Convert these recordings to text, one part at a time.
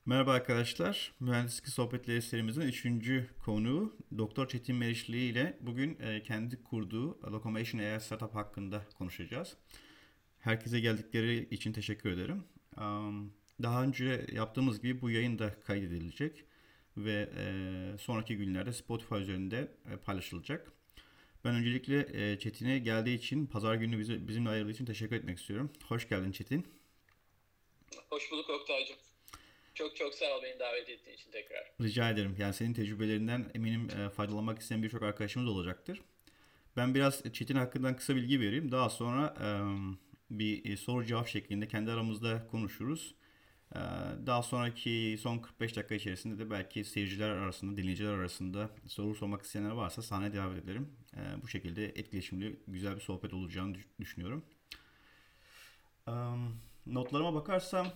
Merhaba arkadaşlar. Mühendislik Sohbetleri serimizin üçüncü konuğu Doktor Çetin Meriçli ile bugün kendi kurduğu Locomotion AI Startup hakkında konuşacağız. Herkese geldikleri için teşekkür ederim. Daha önce yaptığımız gibi bu yayın da kaydedilecek ve sonraki günlerde Spotify üzerinde paylaşılacak. Ben öncelikle Çetin'e geldiği için, pazar günü bizimle ayırdığı için teşekkür etmek istiyorum. Hoş geldin Çetin. Hoş bulduk Oktay'cığım. Çok çok sağ ol beni davet ettiğin için tekrar. Rica ederim. Yani senin tecrübelerinden eminim faydalanmak isteyen birçok arkadaşımız olacaktır. Ben biraz Çetin hakkından kısa bilgi vereyim. Daha sonra bir soru cevap şeklinde kendi aramızda konuşuruz. Daha sonraki son 45 dakika içerisinde de belki seyirciler arasında, dinleyiciler arasında soru sormak isteyenler varsa sahneye davet edelim. Bu şekilde etkileşimli, güzel bir sohbet olacağını düşünüyorum. Notlarıma bakarsam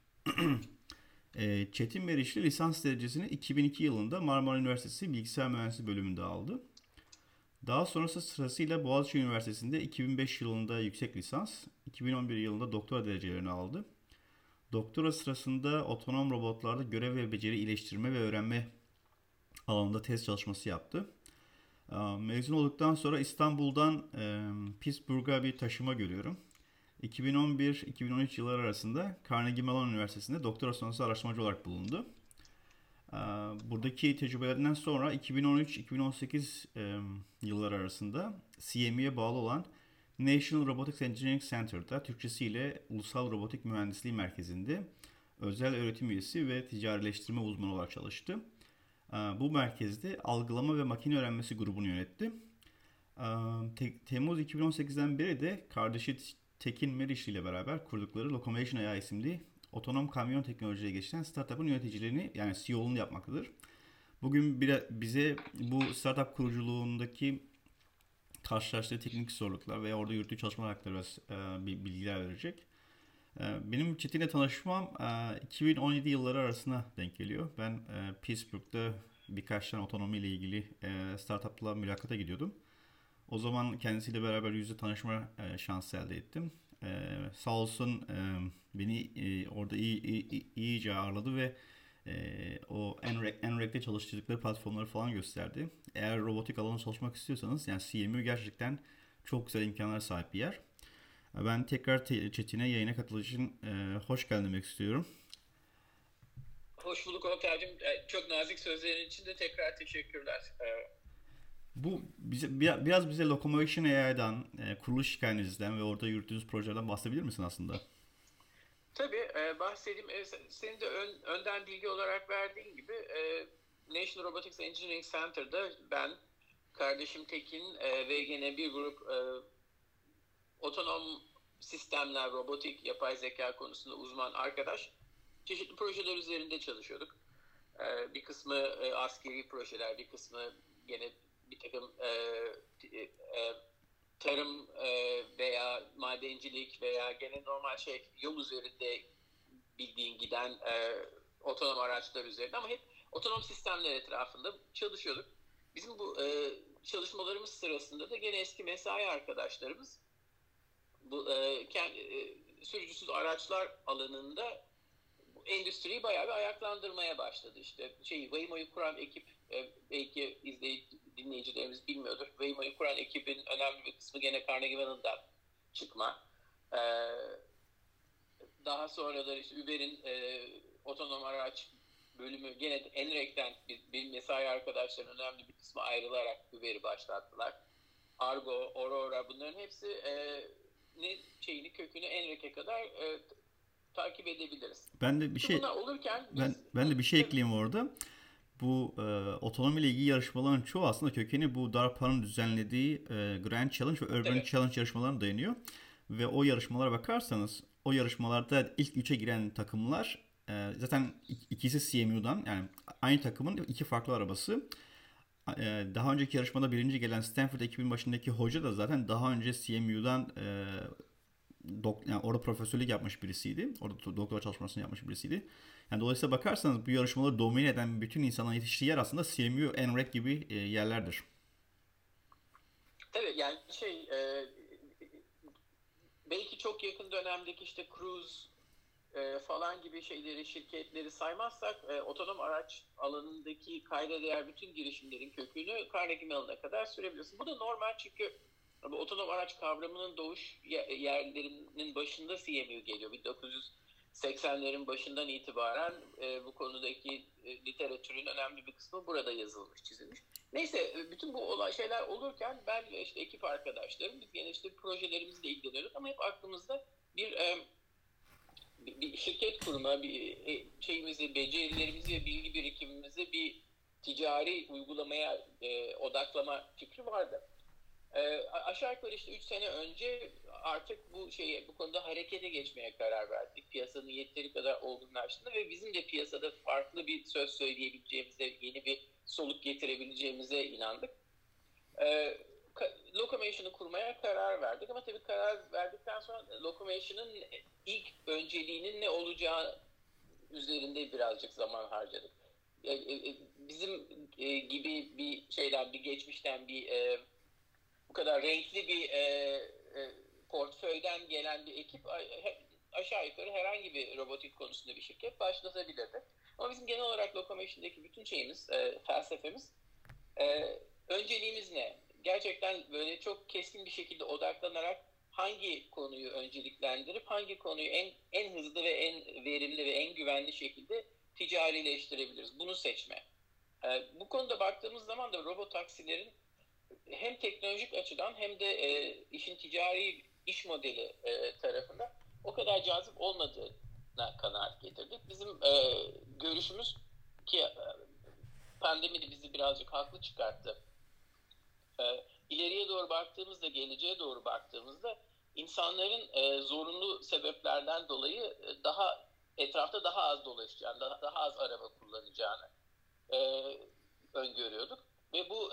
Çetin Meriçli lisans derecesini 2002 yılında Marmara Üniversitesi Bilgisayar Mühendisliği bölümünde aldı. Daha sonrası sırasıyla Boğaziçi Üniversitesi'nde 2005 yılında yüksek lisans, 2011 yılında doktora derecelerini aldı. Doktora sırasında otonom robotlarda görev ve beceri iyileştirme ve öğrenme alanında tez çalışması yaptı. Mezun olduktan sonra İstanbul'dan Pittsburgh'a bir taşıma görüyorum. 2011-2013 yılları arasında Carnegie Mellon Üniversitesi'nde doktora sonrası araştırmacı olarak bulundu. Buradaki tecrübelerinden sonra 2013-2018 yılları arasında CME'ye bağlı olan National Robotics Engineering Center'da Türkçesiyle Ulusal Robotik Mühendisliği Merkezi'nde özel öğretim üyesi ve ticarileştirme uzmanı olarak çalıştı. Bu merkezde algılama ve makine öğrenmesi grubunu yönetti. Temmuz 2018'den beri de kardeşi Tekin Meriç ile beraber kurdukları Locomotion AI isimli otonom kamyon teknolojiye geçen startup'ın yöneticilerini yani CEO'luğunu yapmaktadır. Bugün bize bu startup kuruculuğundaki karşılaştığı teknik zorluklar veya orada yürüttüğü çalışmalar hakkında biraz bir bilgiler verecek. Benim Çetin'le tanışmam 2017 yılları arasına denk geliyor. Ben Pittsburgh'da birkaç tane otonomi ile ilgili startup'la mülakata gidiyordum. O zaman kendisiyle beraber yüzde tanışma şansı elde ettim. Sağ olsun beni orada iyice ağırladı ve o NREC'te çalıştırdıkları platformları falan gösterdi. Eğer robotik alanda çalışmak istiyorsanız yani CMU gerçekten çok güzel imkanlara sahip bir yer. Ben tekrar Çetin'e yayına katıldığı için hoş geldin demek istiyorum. Hoş bulduk Oktay'cığım. Çok nazik sözlerin için de tekrar teşekkürler. Bu biraz bize Locomotion AI'dan, kuruluş hikayenizden ve orada yürüttüğünüz projelerden bahsedebilir misin aslında? Tabii bahsedeyim. Senin de önden bilgi olarak verdiğin gibi National Robotics Engineering Center'da ben, kardeşim Tekin ve gene bir grup otonom sistemler, robotik, yapay zeka konusunda uzman arkadaş çeşitli projeler üzerinde çalışıyorduk. Bir kısmı askeri projeler, bir kısmı gene bir takım tarım veya madencilik veya gene normal yol üzerinde bildiğin giden otonom araçlar üzerinde ama hep otonom sistemler etrafında çalışıyorduk. Bizim bu çalışmalarımız sırasında da gene eski mesai arkadaşlarımız bu sürücüsüz araçlar alanında endüstriyi bayağı bir ayaklandırmaya başladı. İşte Waymo'yu kuran ekip, belki dinleyicilerimiz bilmiyordur. Waymo'yu kuran ekibin önemli bir kısmı gene Carnegie Mellon'dan çıkma. E, Daha sonra da işte Uber'in otonom araç bölümü gene Enrec'ten bir mesai arkadaşların önemli bir kısmı ayrılarak Uber'i başlattılar. Argo, Aurora, bunların hepsi kökünü Enrec'e kadar takip edebiliriz. Ben de bir Bütün şey bunlar olurken ben biz ben de bir şey tabii ekleyeyim orada. Bu otonomi ile ilgili yarışmaların çoğu aslında kökeni bu DARPA'nın düzenlediği Grand Challenge ve Urban tabii Challenge yarışmalarına dayanıyor. Ve o yarışmalara bakarsanız o yarışmalarda ilk üçe giren takımlar zaten ikisi CMU'dan yani aynı takımın iki farklı arabası. Daha önceki yarışmada birinci gelen Stanford ekibinin başındaki hoca da zaten daha önce CMU'dan yani orada profesörlük yapmış birisiydi. Orada doktora çalışmasını yapmış birisiydi. Yani dolayısıyla bakarsanız bu yarışmaları domine eden bütün insanların yetiştiği yer aslında CMU, NREC gibi yerlerdir. tabii yani belki çok yakın dönemdeki işte Cruise falan gibi şeyleri, şirketleri saymazsak otonom araç alanındaki kayda değer bütün girişimlerin kökünü Carnegie Mellon'a kadar sürebilirsin. Bu da normal çünkü bu otonom araç kavramının doğuş yerlerinin başında CMU geliyor. 1980'lerin başından itibaren bu konudaki literatürün önemli bir kısmı burada yazılmış, çizilmiş. Neyse, bütün bu şeyler olurken ben ve işte ekip arkadaşlarım biz yine işte projelerimizle ilgileniyorduk ama hep aklımızda bir şirket kurma, bir şeyimizi, becerilerimizi ve bilgi birikimimizi bir ticari uygulamaya odaklama fikri vardı. Aşağı yukarı işte 3 sene önce artık bu konuda harekete geçmeye karar verdik. Piyasanın yeteri kadar olgunlaştığında ve bizim de piyasada farklı bir söz söyleyebileceğimize, yeni bir soluk getirebileceğimize inandık. Locomation'ı kurmaya karar verdik ama tabii karar verdikten sonra Locomation'ın ilk önceliğinin ne olacağı üzerinde birazcık zaman harcadık. Bizim gibi bir geçmişten bu kadar renkli bir portföyden gelen bir ekip aşağı yukarı herhangi bir robotik konusunda bir şirket başlatabilirdi. Ama bizim genel olarak Locomation'daki bütün felsefemiz, önceliğimiz ne? Gerçekten böyle çok keskin bir şekilde odaklanarak hangi konuyu önceliklendirip hangi konuyu en hızlı ve en verimli ve en güvenli şekilde ticarileştirebiliriz? Bunu seçme. Bu konuda baktığımız zaman da robot taksilerin hem teknolojik açıdan hem de işin ticari iş modeli tarafından o kadar cazip olmadığına kanaat getirdik. Bizim görüşümüz ki pandemi de bizi birazcık haklı çıkarttı. İleriye doğru baktığımızda, geleceğe doğru baktığımızda insanların zorunlu sebeplerden dolayı etrafta daha az dolaşacağını, daha az araba kullanacağını öngörüyorduk. Ve bu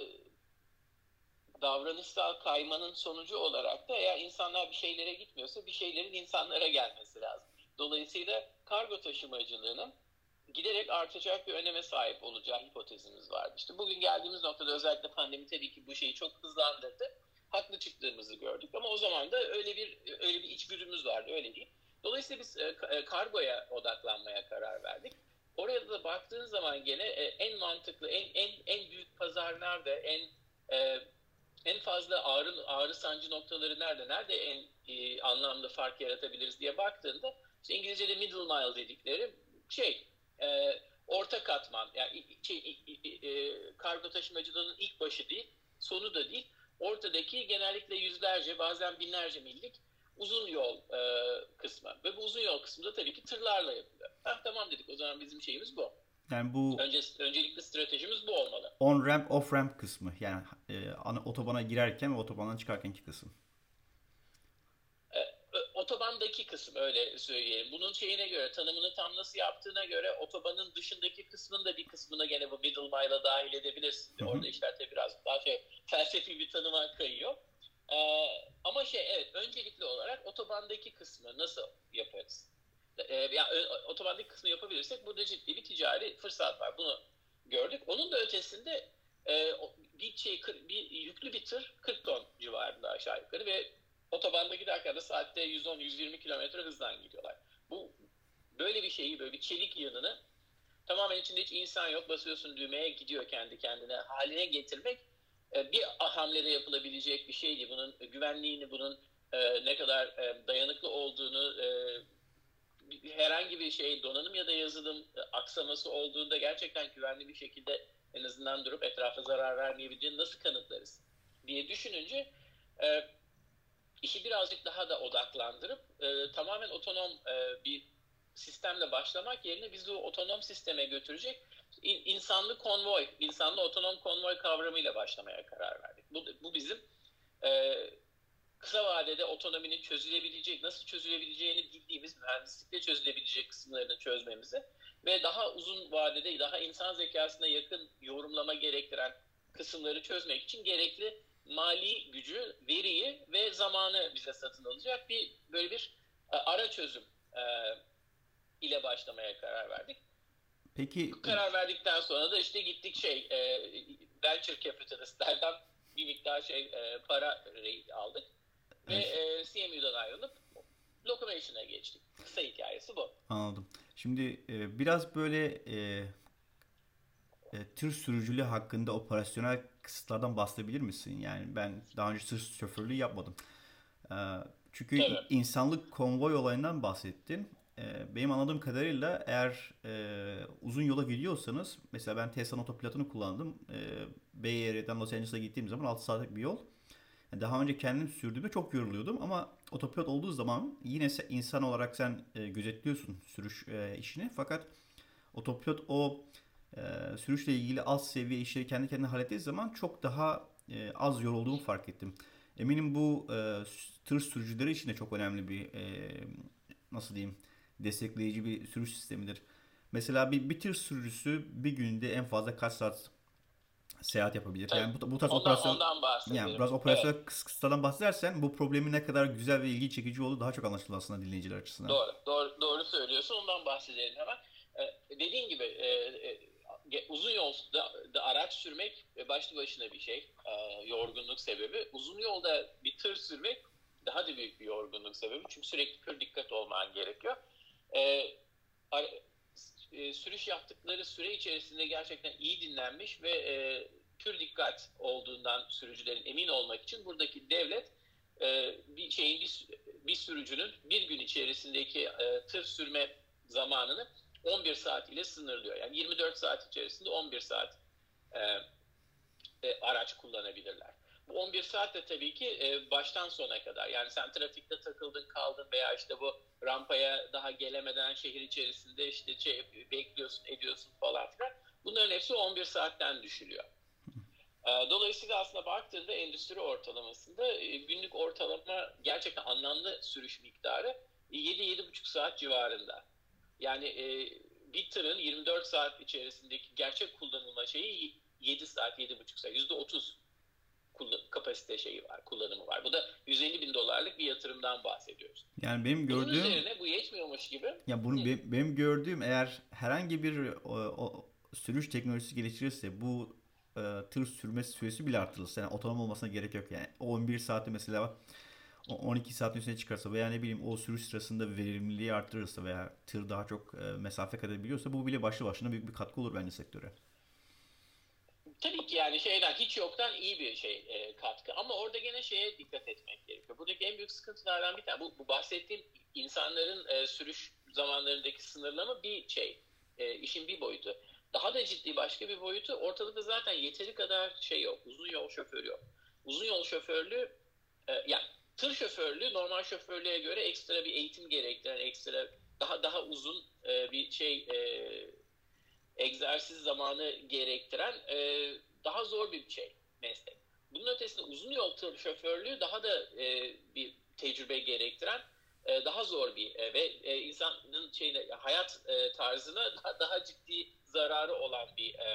davranışsal kaymanın sonucu olarak da eğer insanlar bir şeylere gitmiyorsa bir şeylerin insanlara gelmesi lazım. Dolayısıyla kargo taşımacılığının giderek artacak bir öneme sahip olacağı hipotezimiz vardı. İşte bugün geldiğimiz noktada özellikle pandemi tabii ki bu şeyi çok hızlandırdı. Haklı çıktığımızı gördük ama o zaman da öyle bir içgüdümüz vardı, öyle değil. Dolayısıyla biz kargoya odaklanmaya karar verdik. Oraya da baktığın zaman gene en mantıklı, en büyük pazar nerede, en fazla ağrı sancı noktaları nerede en anlamlı fark yaratabiliriz diye baktığında işte İngilizce'de middle mile dedikleri orta katman, yani kargo taşımacılığının ilk başı değil, sonu da değil, ortadaki genellikle yüzlerce bazen binlerce millik uzun yol kısmı ve bu uzun yol kısmı da tabii ki tırlarla yapılıyor. Tamam dedik, o zaman bizim şeyimiz bu. Yani bu öncelikli stratejimiz bu olmalı. On ramp off ramp kısmı, yani otobana girerken ve otobandan çıkarkenki kısım. Otobandaki kısım, öyle söyleyelim. Bunun tanımını tam nasıl yaptığına göre otobanın dışındaki kısmın da bir kısmına gene bu middle mile'a dahil edebilirsin. Orada işler tabii biraz daha felsefi bir tanıma kayıyor. Ama evet, öncelikli olarak otobandaki kısmı nasıl yaparız? Yani otobandaki kısmı yapabilirsek burada ciddi bir ticari fırsat var. Bunu gördük. Onun da ötesinde bir yüklü bir tır 40 ton civarında aşağı yukarı ve otobanda giderken de saatte 110-120 kilometre hızdan gidiyorlar. Bu böyle bir şeyi, böyle bir çelik yığınını tamamen içinde hiç insan yok, basıyorsun düğmeye gidiyor kendi kendine haline getirmek bir hamlede yapılabilecek bir şey değil. Bunun güvenliğini, bunun ne kadar dayanıklı olduğunu, herhangi bir donanım ya da yazılım aksaması olduğunda gerçekten güvenli bir şekilde en azından durup etrafa zarar vermeyebileceğini nasıl kanıtlarız diye düşününce işi birazcık daha da odaklandırıp tamamen otonom bir sistemle başlamak yerine bizi o otonom sisteme götürecek insanlı otonom konvoy kavramıyla başlamaya karar verdik. Bu bizim kısa vadede otonominin nasıl çözülebileceğini bildiğimiz, mühendislikle çözülebilecek kısımlarını çözmemizi ve daha uzun vadede, daha insan zekasına yakın yorumlama gerektiren kısımları çözmek için gerekli mali gücü, veriyi ve zamanı bize satın alacak böyle bir ara çözüm ile başlamaya karar verdik. Peki. Karar verdikten sonra da işte gittik venture capitalistlerden bir miktar para aldık ve CMU'dan ayrılıp locomotion'a geçtik. Kısa hikayesi bu. Anladım. Şimdi biraz böyle tır sürücülüğü hakkında operasyonel kısıtlardan bahsedebilir misin? Yani ben daha önce tır şoförlüğü yapmadım. E, Çünkü Tabii. insanlık konvoy olayından bahsettin. Benim anladığım kadarıyla eğer uzun yola gidiyorsanız, mesela ben Tesla'nın otopilotunu kullandım. Bay Area'dan Los Angeles'a gittiğim zaman 6 saatlik bir yol. Yani daha önce kendim sürdüğümde çok yoruluyordum ama otopilot olduğu zaman yine insan olarak sen gözetliyorsun sürüş işini. Fakat otopilot o sürüşle ilgili az seviye işleri kendi kendine hallettiği zaman çok daha az yorulduğumu fark ettim. Eminim bu tır sürücüleri için de çok önemli bir nasıl diyeyim, destekleyici bir sürüş sistemidir. Mesela bir tır sürücüsü bir günde en fazla kaç saat seyahat yapabilir? Tabii. Yani bu tarz Ondan, operasyon, ondan yani bahsederim. biraz Evet. operasyonel kısıtlardan bahsedersen bu problemin ne kadar güzel ve ilgi çekici olduğu daha çok anlaşılır aslında dinleyiciler açısından. Doğru söylüyorsun. Ondan bahsedelim hemen. Dediğin gibi uzun yolda araç sürmek başlı başına bir şey. Yorgunluk sebebi. Uzun yolda bir tır sürmek daha da büyük bir yorgunluk sebebi. Çünkü sürekli pür dikkat olman gerekiyor. E, Sürüş yaptıkları süre içerisinde gerçekten iyi dinlenmiş ve pür dikkat olduğundan sürücülerin emin olmak için buradaki devlet bir sürücünün bir gün içerisindeki tır sürme zamanını 11 saat ile sınırlıyor. Yani 24 saat içerisinde 11 saat e, araç kullanabilirler. Bu 11 saat de tabii ki baştan sona kadar. Yani sen trafikte takıldın kaldın veya işte bu rampaya daha gelemeden şehir içerisinde işte bekliyorsun ediyorsun falan filan. Bunların hepsi 11 saatten düşülüyor. Dolayısıyla aslında baktığında endüstri ortalamasında günlük ortalama gerçekten anlamlı sürüş miktarı 7-7,5 saat civarında. Yani bir tırın 24 saat içerisindeki gerçek kullanılma şeyi 7 saat, 7,5 saat, %30 kapasite şeyi var, kullanımı var. Bu da 150 bin dolarlık bir yatırımdan bahsediyoruz. Yani benim Bunun gördüğüm, üzerine bu yetmiyormuş gibi. ya bunu benim gördüğüm, eğer herhangi bir sürüş teknolojisi geliştirirse bu tır sürme süresi bile artırılsa, yani otonom olmasına gerek yok yani. O 11 saati mesela 12 saatin üstüne çıkarsa veya ne bileyim o sürüş sırasında verimliliği artırırsa veya tır daha çok mesafe kat edebiliyorsa bu bile başlı başına büyük bir katkı olur bence sektöre. Tabii ki yani şeyden hiç yoktan iyi bir katkı ama orada gene şeye dikkat etmek gerekiyor. Buradaki en büyük sıkıntılardan bir tane bu bahsettiğim insanların sürüş zamanlarındaki sınırlama bir işin bir boyutu. Daha da ciddi başka bir boyutu, ortalıkta zaten yeteri kadar şey yok. Uzun yol şoförü yok. Uzun yol şoförlüğü yani tır şoförlüğü normal şoförlüğe göre ekstra bir eğitim gerektiren, ekstra daha uzun bir egzersiz zamanı gerektiren daha zor bir meslek. Bunun ötesinde uzun yol şoförlüğü daha da bir tecrübe gerektiren daha zor bir ve insanın hayat tarzına daha ciddi zararı olan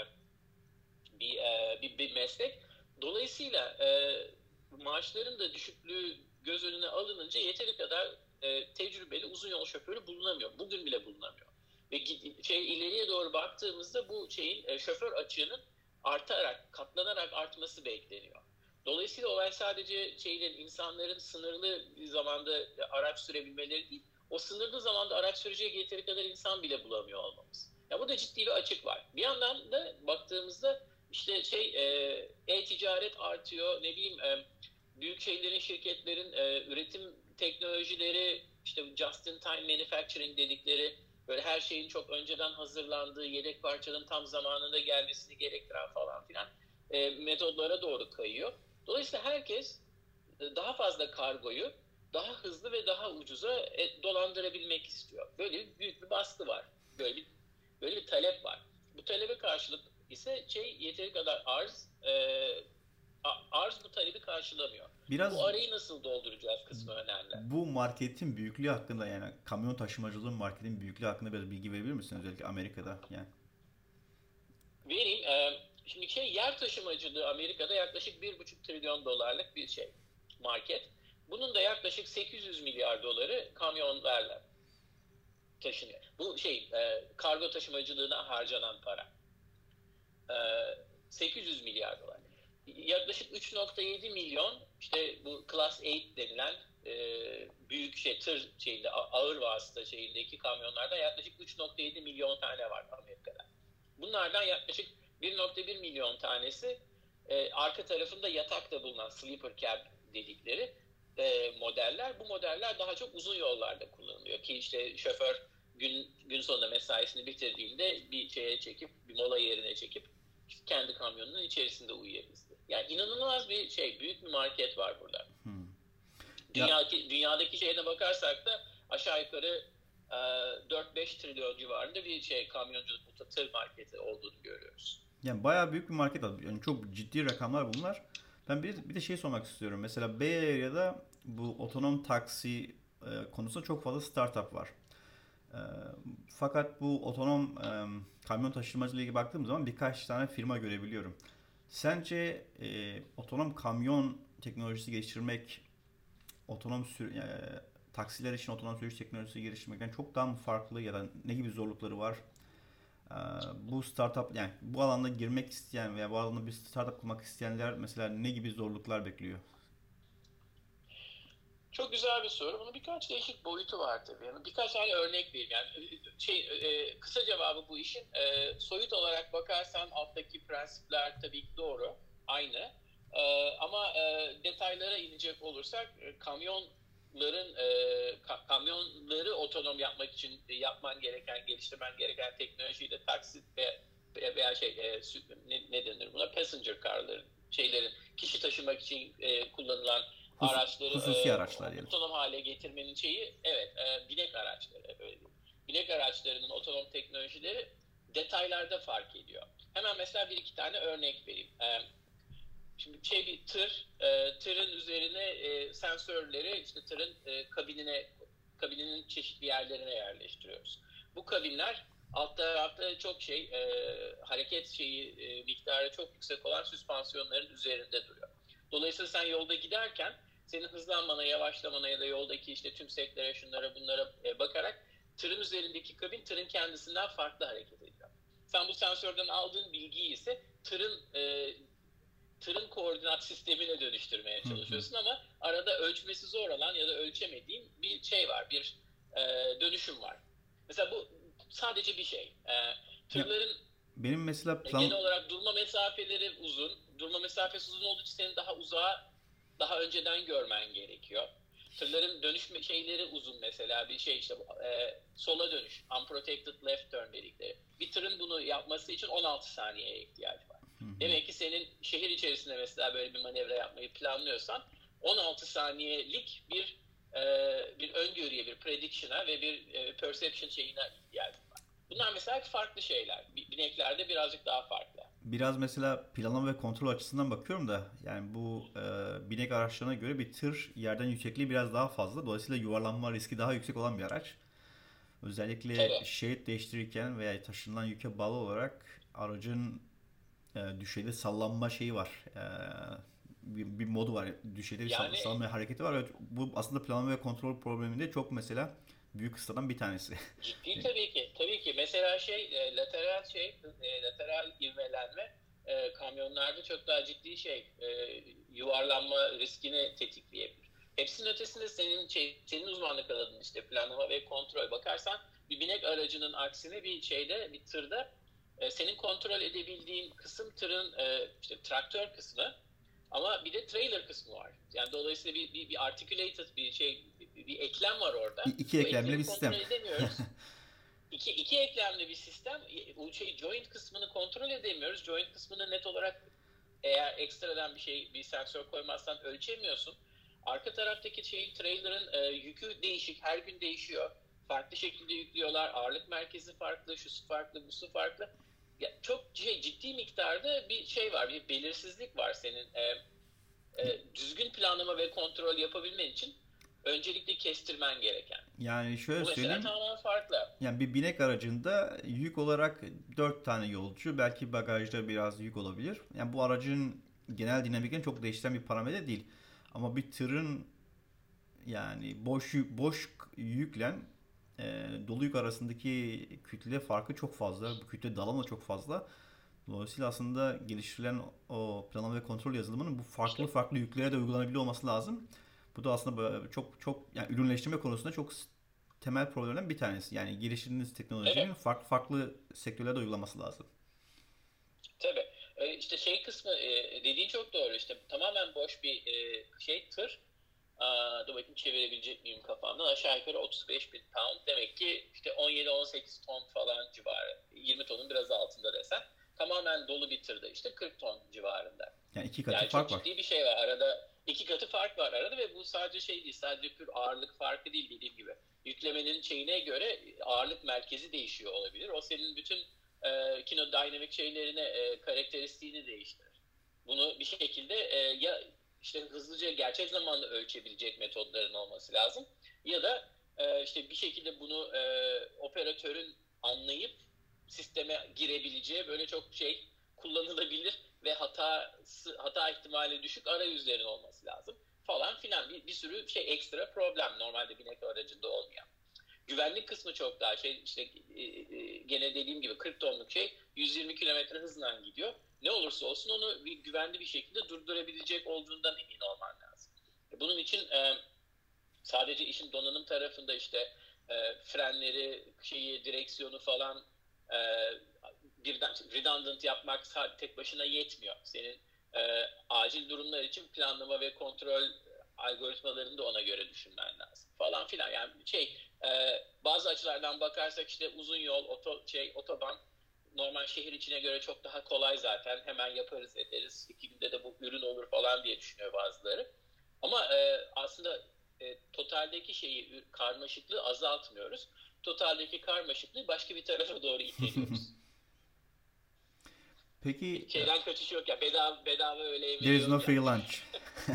bir meslek. Dolayısıyla maaşların da düşüklüğü göz önüne alınınca yeteri kadar tecrübeli uzun yol şoförü bulunamıyor. Bugün bile bulunamıyor. Ve ileriye doğru baktığımızda bu şoför açığının artarak, katlanarak artması bekleniyor. Dolayısıyla olay sadece insanların sınırlı bir zamanda araç sürebilmeleri değil, o sınırlı zamanda araç sürecek yeteri kadar insan bile bulamıyor olmamız. Ya burada ciddi bir açık var. Bir yandan da baktığımızda işte e-ticaret artıyor, ne bileyim büyük şirketlerin üretim teknolojileri, işte just in time manufacturing dedikleri, böyle her şeyin çok önceden hazırlandığı, yedek parçanın tam zamanında gelmesini gerektiren falan filan metodlara doğru kayıyor. Dolayısıyla herkes daha fazla kargoyu daha hızlı ve daha ucuza dolandırabilmek istiyor. Böyle büyük bir baskı var. Böyle bir talep var. Bu talebe karşılık ise yeteri kadar arz bu talebi karşılamıyor. Bu Biraz arayı nasıl dolduracağız kısmı önemli. bu marketin büyüklüğü hakkında, yani kamyon taşımacılığın marketin büyüklüğü hakkında biraz bilgi verebilir misin, özellikle Amerika'da yani? Vereyim. Şimdi yer taşımacılığı Amerika'da yaklaşık 1,5 trilyon dolarlık bir market. Bunun da yaklaşık 800 milyar doları kamyonlarla taşınıyor. Bu kargo taşımacılığına harcanan para. 800 milyar dolar. Yaklaşık 3,7 milyon işte bu Class 8 denilen büyük tır şeyinde, ağır vasıta şeyindeki kamyonlardan yaklaşık 3.7 milyon tane var Amerika'da. Bunlardan yaklaşık 1.1 milyon tanesi arka tarafında yatakta bulunan sleeper cab dedikleri modeller. Bu modeller daha çok uzun yollarda kullanılıyor ki işte şoför gün sonunda mesaisini bitirdiğinde bir şeye çekip, bir mola yerine çekip kendi kamyonunun içerisinde uyuyabilsin. Yani inanılmaz bir büyük bir market var burada. Ya, Dünyadaki şeyine bakarsak da aşağı yukarı 4-5 trilyon civarında bir kamyonculuk, tır marketi olduğunu görüyoruz. yani bayağı büyük bir market adı. Yani çok ciddi rakamlar bunlar. Ben bir de şey sormak istiyorum. Mesela Bay Area'da bu otonom taksi konusunda çok fazla startup var. E, Fakat bu otonom kamyon taşımacılığı ilgili baktığım zaman birkaç tane firma görebiliyorum. Sence otonom kamyon teknolojisi geliştirmek, taksiler için otonom sürüş teknolojisi geliştirmekten çok daha mı farklı ya da ne gibi zorlukları var? Ee, Bu startup, yani bu alanda girmek isteyen veya bu alanda bir startup kurmak isteyenler mesela ne gibi zorluklar bekliyor? Çok güzel bir soru. Bunun birkaç değişik boyutu var tabii. Yani birkaç tane örnek vereyim. Yani kısa cevabı bu işin soyut olarak bakarsan alttaki prensipler tabii ki doğru. Aynı. Ama detaylara inecek olursak kamyonları otonom yapmak için yapman gereken, geliştirmen gereken teknolojiyle taksi veya ne denir buna? Passenger car'ların, kişi taşımak için kullanılan araçları Hususi araçlar diyelim. otonom hale getirmenin evet, binek araçları, öyle diyeyim. Binek araçlarının otonom teknolojileri detaylarda fark ediyor. Hemen mesela bir iki tane örnek vereyim. Şimdi bir tırın üzerine sensörleri işte tırın kabininin çeşitli yerlerine yerleştiriyoruz. Bu kabinler alt tarafta çok hareket miktarı çok yüksek olan süspansiyonların üzerinde duruyor. Dolayısıyla sen yolda giderken senin hızlanmana, yavaşlamana ya da yoldaki işte tümseklere, şunlara bunlara bakarak tırın üzerindeki kabin tırın kendisinden farklı hareket ediyor. Sen bu sensörden aldığın bilgiyi ise tırın koordinat sistemine dönüştürmeye çalışıyorsun ama arada ölçmesi zor olan ya da ölçemediğin bir var, bir dönüşüm var. Mesela bu sadece bir şey. Ya, Tırların benim mesela genel olarak durma mesafeleri uzun. Durma mesafesi uzun olduğu için senin daha önceden görmen gerekiyor. Tırların dönüş şeyleri uzun mesela sola dönüş, unprotected left turn dedikleri. Bir tırın bunu yapması için 16 saniyeye ihtiyacı var. Demek ki senin şehir içerisinde mesela böyle bir manevra yapmayı planlıyorsan 16 saniyelik bir öngörüye, bir prediction'a ve bir perception şeyine ihtiyacın var. Bunlar mesela farklı şeyler. Bineklerde birazcık daha farklı. biraz mesela planlama ve kontrol açısından bakıyorum da yani bu binek araçlarına göre bir tır yerden yüksekliği biraz daha fazla. Dolayısıyla yuvarlanma riski daha yüksek olan bir araç. Özellikle Tabii. şerit değiştirirken veya taşınılan yüke bağlı olarak aracın düşeyde sallanma şeyi var. Bir modu var. Düşeyde bir Yani sallanma hareketi var. Evet, bu aslında planlama ve kontrol probleminde çok mesela büyük kıssadan bir tanesi. ciddi tabii ki. Tabii ki. Mesela lateral ivmelenme kamyonlarda çok daha ciddi yuvarlanma riskini tetikleyebilir. Hepsinin ötesinde senin uzmanlık alanın işte planlama ve kontrol. Bakarsan bir binek aracının aksine bir tırda senin kontrol edebildiğin kısım tırın işte traktör kısmı ama bir de trailer kısmı var. Yani dolayısıyla bir articulated bir eklem var orada. İki Bu eklemli bir eklemi sistem. kontrol edemiyoruz. İki eklemli bir sistem. O joint kısmını kontrol edemiyoruz. Joint kısmını net olarak eğer ekstradan bir sensör koymazsan ölçemiyorsun. Arka taraftaki trailer'ın yükü değişik, her gün değişiyor. Farklı şekilde yüklüyorlar. Ağırlık merkezi farklı, şusu farklı, busu farklı. Ya, çok ciddi miktarda var, bir belirsizlik var senin düzgün planlama ve kontrol yapabilmen için öncelikle kestirmen gereken. Yani şöyle Bu mesela söyleyeyim. tamamen farklı. Yani bir binek aracında yük olarak 4 tane yolcu, belki bagajda biraz yük olabilir. Yani bu aracın genel dinamiklerini çok değiştiren bir parametre değil. Ama bir tırın yani boş yükle dolu yük arasındaki kütle farkı çok fazla. Bu kütle dağılımı da çok fazla. Dolayısıyla aslında geliştirilen o planlama ve kontrol yazılımının bu İşte farklı yüklere de uygulanabiliyor olması lazım. Bu da aslında böyle çok çok yani ürünleştirme konusunda çok temel problemlerden bir tanesi. Yani girişiminiz teknolojinin Evet. farklı farklı sektörlerde uygulaması lazım. Tabii. İşte şey kısmı dediğin çok doğru. İşte tamamen boş bir tır. Dur bakayım çevirebilecek miyim kafamdan. Aşağı yukarı 35 bin pound. Demek ki işte 17-18 ton falan civarı. 20 tonun biraz altında desen. Tamamen dolu bir tırda işte 40 ton civarında. Yani iki katı Yani çok fark var. ciddi bir şey var arada. İki katı fark var arada ve bu sadece şey değil. Sadece pür ağırlık farkı değil dediğim gibi. Yüklemenin şeyine göre ağırlık merkezi değişiyor olabilir. O senin bütün kinodynamik şeylerine, karakteristiğini değiştirir. Bunu bir şekilde ya işte hızlıca gerçek zamanlı ölçebilecek metodların olması lazım. Ya da işte bir şekilde bunu operatörün anlayıp sisteme girebileceği böyle çok şey kullanılabilir ve hata ihtimali düşük arayüzlerin olması lazım falan filan bir sürü şey ekstra problem normalde binek aracında olmayan. Güvenlik kısmı çok daha şey işte gene dediğim gibi 40 tonluk şey 120 kilometre hızla gidiyor. Ne olursa olsun onu güvenli bir şekilde durdurabilecek olduğundan emin olman lazım. Bunun için sadece işin donanım tarafında işte frenleri, direksiyonu falan e, birden redundant yapmak tek başına yetmiyor. Senin acil durumlar için planlama ve kontrol algoritmalarını da ona göre düşünmen lazım falan filan. Yani bazı açılardan bakarsak işte uzun yol, otoban normal şehir içine göre çok daha kolay zaten. Hemen yaparız ederiz. 2 günde de bu ürün olur falan diye düşünüyor bazıları. Ama aslında totaldeki karmaşıklığı azaltmıyoruz. Totaldeki karmaşıklığı başka bir tarafa doğru iteliyoruz. Peki Şeyden kaçış yok ya. Bedava öğle there yemeği is no yok free yani. lunch.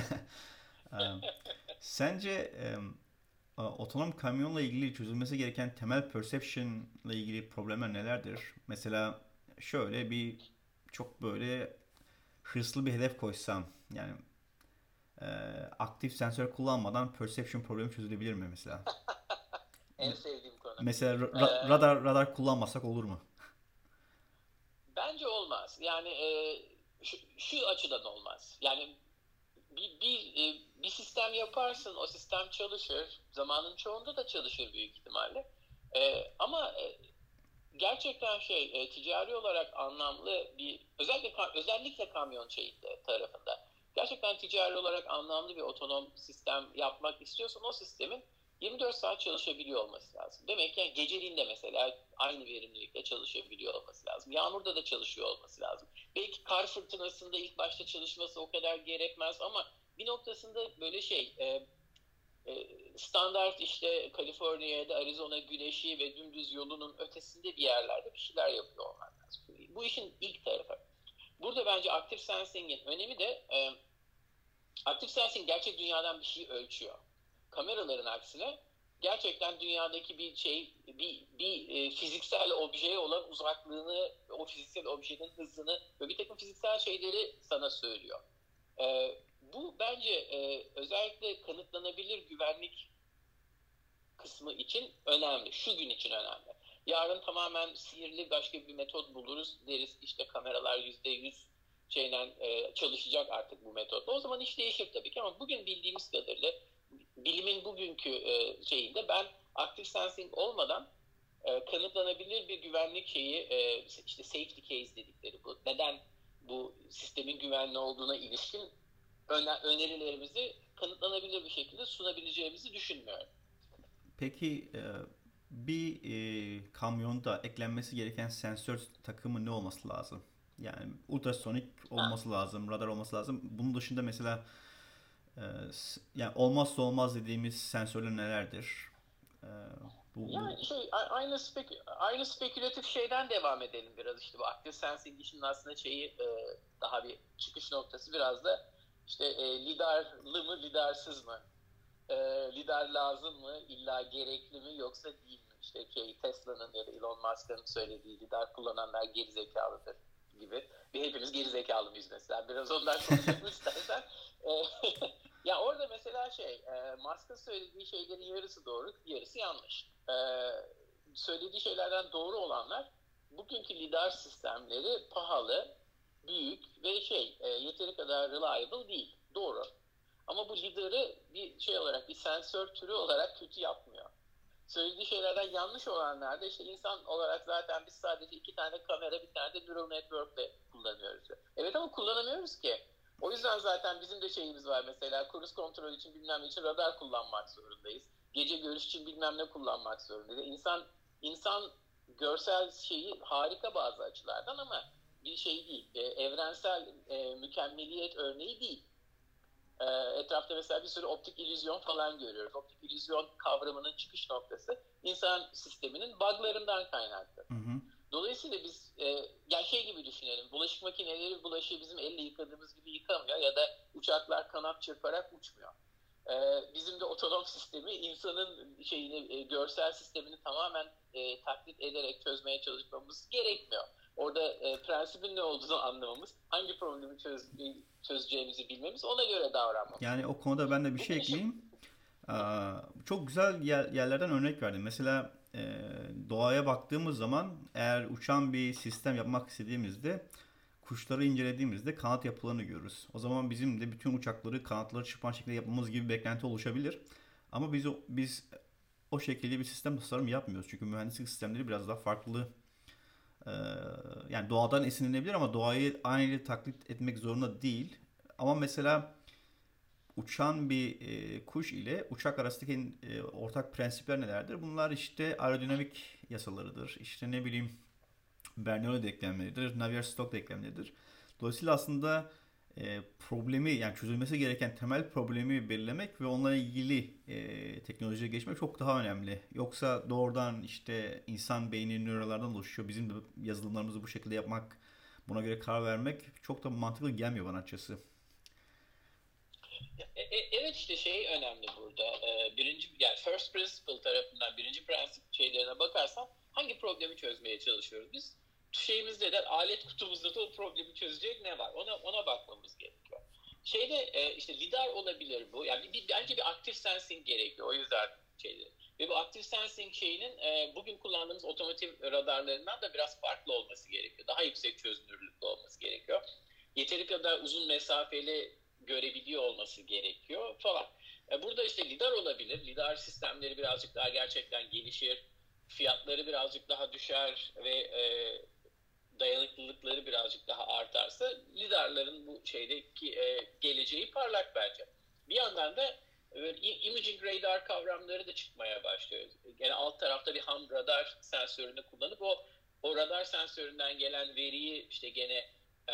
Sence otonom kamyonla ilgili çözülmesi gereken temel perception ile ilgili problemler nelerdir? Mesela şöyle bir çok böyle hırslı bir hedef koysam yani e, aktif sensör kullanmadan perception problemi çözülebilir mi mesela? En sevdiğim konu. Mesela Ee, radar kullanmasak olur mu? Bence olmaz. Yani şu açıdan olmaz. Yani bir sistem yaparsın, o sistem çalışır. Zamanın çoğunda da çalışır büyük ihtimalle. Ama gerçekten ticari olarak anlamlı bir özellikle kamyon tarafında gerçekten ticari olarak anlamlı bir otonom sistem yapmak istiyorsan o sistemin 24 saat çalışabiliyor olması lazım. Demek ki yani geceliğin de mesela aynı verimlilikte çalışabiliyor olması lazım. Yağmurda da çalışıyor olması lazım. Belki kar fırtınasında ilk başta çalışması o kadar gerekmez ama bir noktasında böyle standart işte Kaliforniya ya da Arizona güneşi ve dümdüz yolunun ötesinde bir yerlerde bir şeyler yapıyor olman lazım. Bu işin ilk tarafı. Burada bence Active Sensing'in önemi de Active Sensing gerçek dünyadan bir şey ölçüyor. Kameraların aksine gerçekten dünyadaki bir fiziksel objeye olan uzaklığını, o fiziksel objenin hızını ve bir takım fiziksel şeyleri sana söylüyor. Bu bence özellikle kanıtlanabilir güvenlik kısmı için önemli. Şu gün için önemli. Yarın tamamen sihirli başka bir metot buluruz deriz işte kameralar %100 çalışacak artık bu metotla. O zaman iş değişir tabii ki ama bugün bildiğimiz kadarıyla bilimin bugünkü şeyinde ben active sensing olmadan kanıtlanabilir bir güvenlik işte safety case dedikleri bu. Neden bu sistemin güvenli olduğuna ilişkin önerilerimizi kanıtlanabilir bir şekilde sunabileceğimizi düşünmüyorum. Peki bir kamyonda eklenmesi gereken sensör takımı ne olması lazım? Yani ultrasonik Ha, olması lazım, radar olması lazım. Bunun dışında mesela yani olmazsa olmaz dediğimiz sensörler nelerdir? E, bu yani aynı spekülatif şeyden devam edelim biraz işte bu active sensing işinin aslında daha bir çıkış noktası biraz da işte lidarlı mı lidarsız mı? E, Lidar lazım mı? İlla gerekli mi yoksa değil mi? İşte Tesla'nın ya da Elon Musk'ın söylediği lidar kullananlar gerizekalıdır gibi. Hepimiz gerizekalı mıyız mesela? Biraz ondan konuşalım istersen. E, Ya orada mesela Musk'ın söylediği şeylerin yarısı doğru, yarısı yanlış. Söylediği şeylerden doğru olanlar bugünkü lidar sistemleri pahalı, büyük ve yeteri kadar reliable değil. Doğru. Ama bu liderı bir şey olarak, bir sensör türü olarak kötü yapmıyor. Söylediği şeylerden yanlış olanlarda işte insan olarak zaten biz sadece 2 tane kamera, bir tane de neural network'le kullanıyoruz. Evet ama kullanamıyoruz ki. O yüzden zaten bizim de şeyimiz var mesela cruise kontrol için bilmem ne için radar kullanmak zorundayız. Gece görüş için bilmem ne kullanmak zorundayız. İnsan görsel şeyi harika bazı açılardan ama bir şey değil. Evrensel mükemmeliyet örneği değil. Etrafta mesela bir sürü optik illüzyon falan görüyoruz. Optik illüzyon kavramının çıkış noktası insan sisteminin buglarından kaynaklı. Hı hı. Dolayısıyla biz yani şey gibi düşünelim. Bulaşık makineleri bulaşığı bizim elle yıkadığımız gibi yıkamıyor ya da uçaklar kanat çırparak uçmuyor. Bizim de otonom sistemi insanın görsel sistemini tamamen taklit ederek çözmeye çalışmamız gerekmiyor. Orada prensibin ne olduğunu anlamamız, hangi problemi çözeceğimizi bilmemiz, ona göre davranmamız Yani o gerekiyor. konuda ben de bir şey Bugün için ekleyeyim. Çok güzel yerlerden örnek verdim. Mesela doğaya baktığımız zaman eğer uçan bir sistem yapmak istediğimizde kuşları incelediğimizde kanat yapılarını görürüz. O zaman bizim de bütün uçakları kanatları çırpan şekilde yapmamız gibi bir beklenti oluşabilir. Ama biz o şekilde bir sistem tasarım yapmıyoruz. Çünkü mühendislik sistemleri biraz daha farklı. Ee, Yani doğadan esinlenebilir ama doğayı aynı taklit etmek zorunda değil. Ama mesela uçan bir kuş ile uçak arasındaki ortak prensipler nelerdir? Bunlar işte aerodinamik yasalarıdır. İşte ne bileyim Bernoulli denklemleridir, Navier-Stokes denklemleridir. Dolayısıyla aslında problemi yani çözülmesi gereken temel problemi belirlemek ve onunla ilgili teknolojiye geçmek çok daha önemli. Yoksa doğrudan işte insan beyni nöronlardan oluşuyor. Bizim de yazılımlarımızı bu şekilde yapmak, buna göre karar vermek çok da mantıklı gelmiyor bana açıkçası. evet işte şey önemli burada. Birinci yani first principle tarafından birinci prensip şeylerine bakarsan hangi problemi çözmeye çalışıyoruz biz? Şeyimizde de alet kutumuzda da o problemi çözecek ne var? Ona bakmamız gerekiyor. İşte lidar olabilir bu. Yani bence bir active sensing gerekiyor. O yüzden şeyleri. Ve bu active sensing şeyinin bugün kullandığımız otomotiv radarlarından da biraz farklı olması gerekiyor. Daha yüksek çözünürlüklü olması gerekiyor. Yeteri kadar uzun mesafeli görebiliyor olması gerekiyor falan. Burada işte lidar olabilir. Lidar sistemleri birazcık daha gerçekten gelişir. Fiyatları birazcık daha düşer ve dayanıklılıkları birazcık daha artarsa lidarların bu şeydeki geleceği parlak bence. Bir yandan da imaging radar kavramları da çıkmaya başlıyor. Yani alt tarafta bir ham radar sensörünü kullanıp o radar sensöründen gelen veriyi işte gene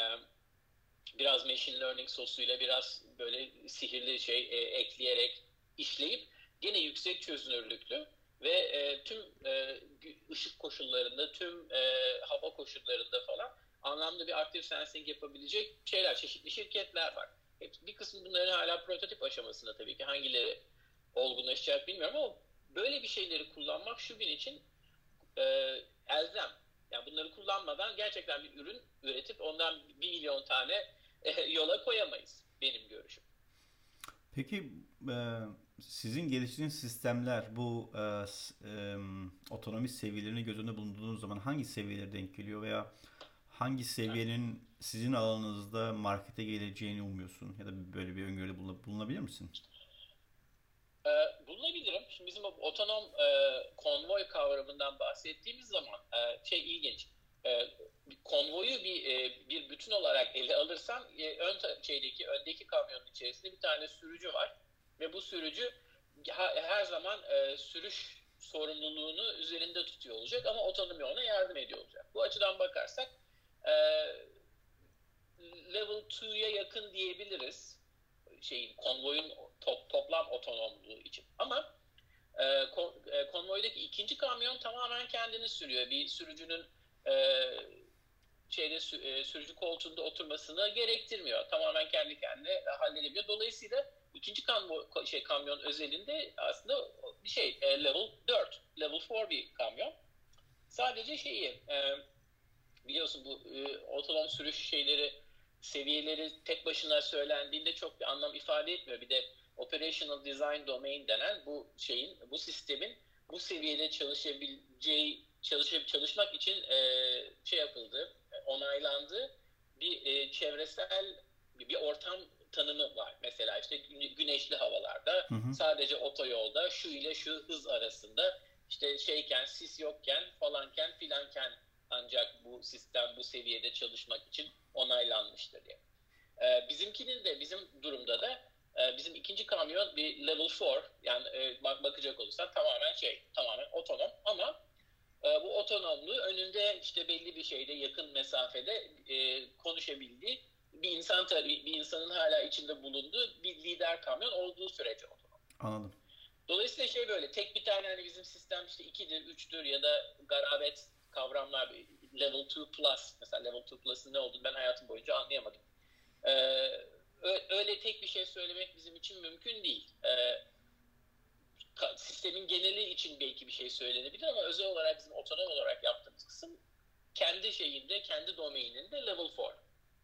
biraz machine learning sosuyla biraz böyle sihirli ekleyerek işleyip gene yüksek çözünürlüklü ve tüm ışık koşullarında, tüm hava koşullarında falan anlamda bir active sensing yapabilecek çeşitli şirketler var. Bir kısmı bunların hala prototip aşamasında tabii ki hangileri olgunlaşacak bilmiyorum ama böyle bir şeyleri kullanmak şu gün için elzem. Yani bunları kullanmadan gerçekten bir ürün üretip ondan 1 milyon tane yola koyamayız benim görüşüm. Peki sizin geliştirdiğiniz sistemler bu otonomi seviyelerini göz önünde bulundurduğunuz zaman hangi seviyelere denk geliyor veya hangi seviyenin sizin alanınızda markete geleceğini umuyorsun ya da böyle bir öngörüde bulunabilir misin? Bulunabilirim. Şimdi bizim otonom konvoy kavramından bahsettiğimiz zaman ilginç. Konvoyu bir bütün olarak ele alırsan öndeki kamyonun içerisinde bir tane sürücü var ve bu sürücü her zaman sürüş sorumluluğunu üzerinde tutuyor olacak ama otonomi ona yardım ediyor olacak. Bu açıdan bakarsak level 2'ya yakın diyebiliriz konvoyun toplam otonomluğu için. Ama konvoydaki ikinci kamyon tamamen kendini sürüyor. Bir sürücünün sürücü koltuğunda oturmasını gerektirmiyor. Tamamen kendi kendine halledebiliyor. Dolayısıyla ikinci kamyon özelinde aslında level 4, level 4 bir kamyon. Sadece biliyorsun bu otonom sürüş seviyeleri tek başına söylendiğinde çok bir anlam ifade etmiyor. Bir de operational design domain denen bu sistemin bu seviyede çalışmak için yapıldığı, onaylandığı bir çevresel bir ortam tanımı var. Mesela işte güneşli havalarda Hı hı. sadece otoyolda şu ile şu hız arasında işte şeyken, sis yokken falanken filanken ancak bu sistem bu seviyede çalışmak için onaylanmıştır diye. Bizimkinin de bizim durumda da bizim ikinci kamyon bir level 4, yani bakacak olursan tamamen otonom, ama bu otonomluğu önünde işte belli bir şeyde yakın mesafede konuşabildiği bir insanın hala içinde bulunduğu bir lider kamyon olduğu sürece otonom. Anladım. Dolayısıyla böyle tek bir tane hani bizim sistem işte 2'dir, 3'tür ya da garabet kavramlar, level 2 plus, mesela level 2 plus'ın ne olduğunu ben hayatım boyunca anlayamadım. Öyle tek bir şey söylemek bizim için mümkün değil. Sistemin geneli için belki bir şey söylenebilir ama özel olarak bizim otonom olarak yaptığımız kısım kendi şeyinde, kendi domaininde level 4.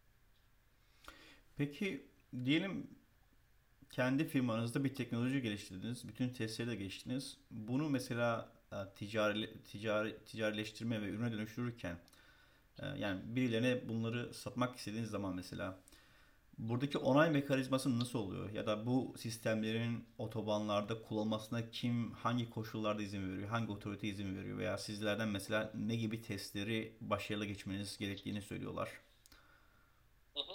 Peki diyelim kendi firmanızda bir teknoloji geliştirdiniz. Bütün testleri de geçtiniz. Bunu mesela ticarileştirme ve ürüne dönüştürürken yani birilerine bunları satmak istediğiniz zaman mesela buradaki onay mekanizması nasıl oluyor? Ya da bu sistemlerin otobanlarda kullanılmasına kim, hangi koşullarda izin veriyor? Hangi otorite izin veriyor? Veya sizlerden mesela ne gibi testleri başarılı geçmeniz gerektiğini söylüyorlar? Hı hı.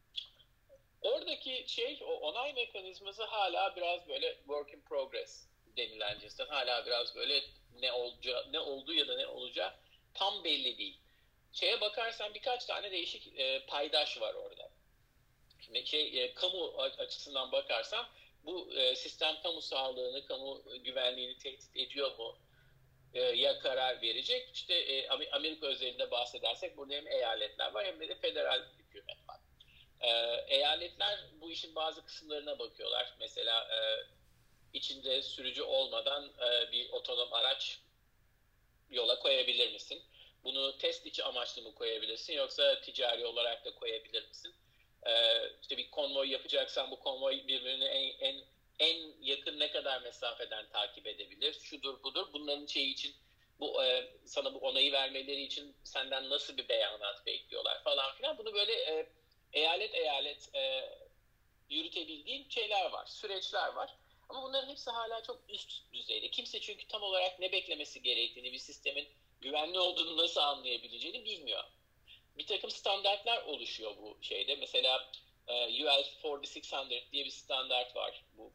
Oradaki o onay mekanizması hala biraz böyle work in progress denilen cinsten. Hala biraz böyle ne olduğu ya da ne olacağı tam belli değil. Bakarsan birkaç tane değişik paydaş var orada. Şimdi kamu açısından bakarsan bu sistem kamu sağlığını, kamu güvenliğini tehdit ediyor mu? Ya karar verecek. İşte Amerika özelinde bahsedersek burada hem eyaletler var hem de federal hükümet var. Eyaletler bu işin bazı kısımlarına bakıyorlar. Mesela içinde sürücü olmadan bir otonom araç yola koyabilir misin? Bunu test içi amaçlı mı koyabilirsin yoksa ticari olarak da koyabilir misin? İşte bir konvoy yapacaksan bu konvoy birbirini en yakın ne kadar mesafeden takip edebilir? Şudur budur. Bunların için sana bu onayı vermeleri için senden nasıl bir beyanat bekliyorlar falan filan. Bunu böyle eyalet eyalet yürütebildiğin şeyler var, süreçler var. Ama bunların hepsi hala çok üst düzeyde. Kimse çünkü tam olarak ne beklemesi gerektiğini, bir sistemin güvenli olduğunu nasıl anlayabileceğini bilmiyor. Bir takım standartlar oluşuyor bu şeyde. Mesela UL 4600 diye bir standart var. Bu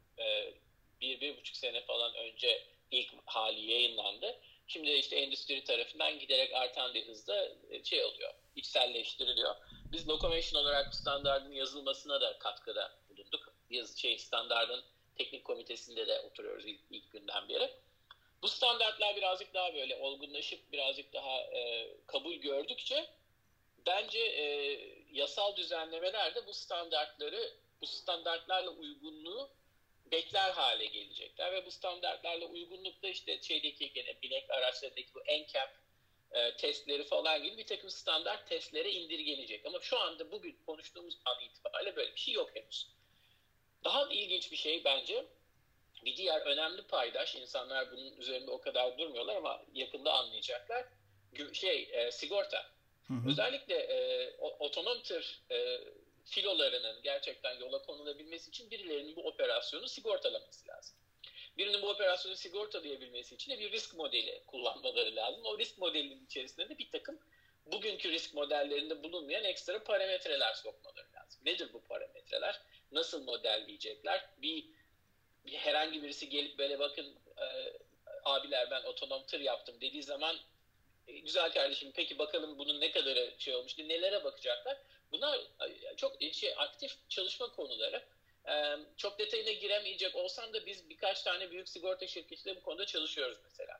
1,5 sene falan önce ilk hali yayınlandı. Şimdi işte endüstri tarafından giderek artan bir hızda oluyor, içselleştiriliyor. Biz Locomotion olarak bu standardın yazılmasına da katkıda bulunduk. Standardın teknik komitesinde de oturuyoruz ilk günden beri. Bu standartlar birazcık daha böyle olgunlaşıp birazcık daha kabul gördükçe bence yasal düzenlemeler de bu standartlarla uygunluğu bekler hale gelecekler ve bu standartlarla uygunlukta işte gene binek araçlarındaki bu NCAP testleri falan gibi bir takım standart testlere indirgenecek. Ama şu anda bugün konuştuğumuz an itibariyle böyle bir şey yok henüz. Daha ilginç bir şey bence, bir diğer önemli paydaş, insanlar bunun üzerinde o kadar durmuyorlar ama yakında anlayacaklar. Sigorta. Hı hı. Özellikle otonom tır filolarının gerçekten yola konulabilmesi için birilerinin bu operasyonu sigortalaması lazım. Birinin bu operasyonu sigortalayabilmesi için de bir risk modeli kullanmaları lazım. O risk modelinin içerisinde de bir takım bugünkü risk modellerinde bulunmayan ekstra parametreler sokmaları lazım. Nedir bu parametreler? Nasıl modelleyecekler? Herhangi birisi gelip böyle bakın abiler ben otonom tır yaptım dediği zaman güzel kardeşim peki bakalım bunun ne kadarı olmuş, nelere bakacaklar? Bunlar çok aktif çalışma konuları. Çok detayına giremeyecek olsam da biz birkaç tane büyük sigorta şirketiyle bu konuda çalışıyoruz mesela.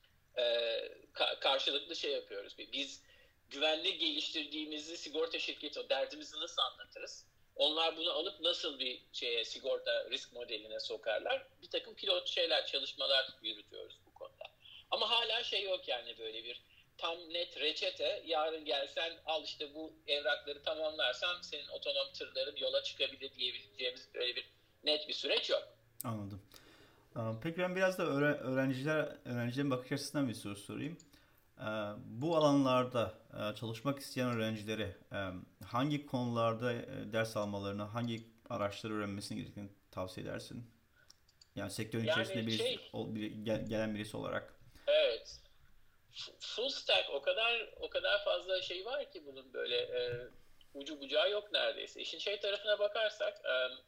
Karşılıklı yapıyoruz. Biz güvenli geliştirdiğimizi sigorta şirketi derdimizi nasıl anlatırız? Onlar bunu alıp nasıl bir sigorta risk modeline sokarlar? Bir takım pilot çalışmalar yürütüyoruz bu konuda. Ama hala yok yani böyle bir tam net reçete, yarın gelsen al işte bu evrakları tamamlarsan senin otonom tırların yola çıkabilir diyebileceğimiz böyle bir net bir süreç yok. Anladım. Peki ben biraz da öğrencilerin bakış açısından bir soru sorayım. Bu alanlarda çalışmak isteyen öğrencilere hangi konularda ders almalarını, hangi araçları öğrenmesini gerektiğini tavsiye edersin? Yani sektörün içerisinde Yani birisi, gelen birisi olarak. evet, full stack o kadar fazla şey var ki bunun böyle ucu bucağı yok neredeyse. İşin şey tarafına bakarsak,